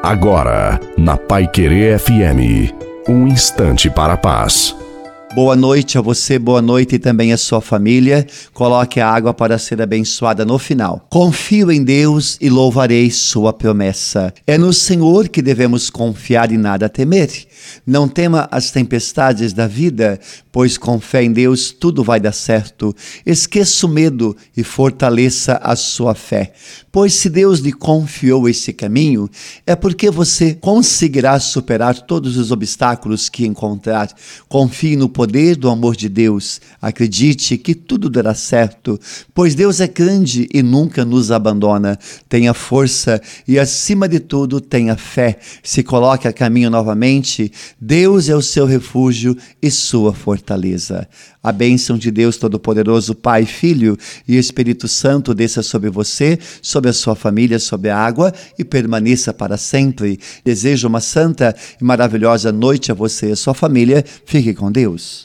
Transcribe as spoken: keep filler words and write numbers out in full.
Agora, na Paiquerê F M, um instante para a paz. Boa noite a você, boa noite e também a sua família. Coloque a água para ser abençoada no final. Confio em Deus e louvarei sua promessa. É no Senhor que devemos confiar e nada temer. Não tema as tempestades da vida, pois com fé em Deus tudo vai dar certo. Esqueça o medo e fortaleça a sua fé. Pois se Deus lhe confiou esse caminho, é porque você conseguirá superar todos os obstáculos que encontrar. Confie no poder do amor de Deus. Acredite que tudo dará certo, pois Deus é grande e nunca nos abandona. Tenha força e, acima de tudo, tenha fé. Se coloque a caminho novamente. Deus é o seu refúgio e sua fortaleza. A bênção de Deus Todo-Poderoso, Pai, Filho e Espírito Santo desça sobre você, sobre a sua família, sobre a água e permaneça para sempre. Desejo uma santa e maravilhosa noite a você e a sua família. Fique com Deus.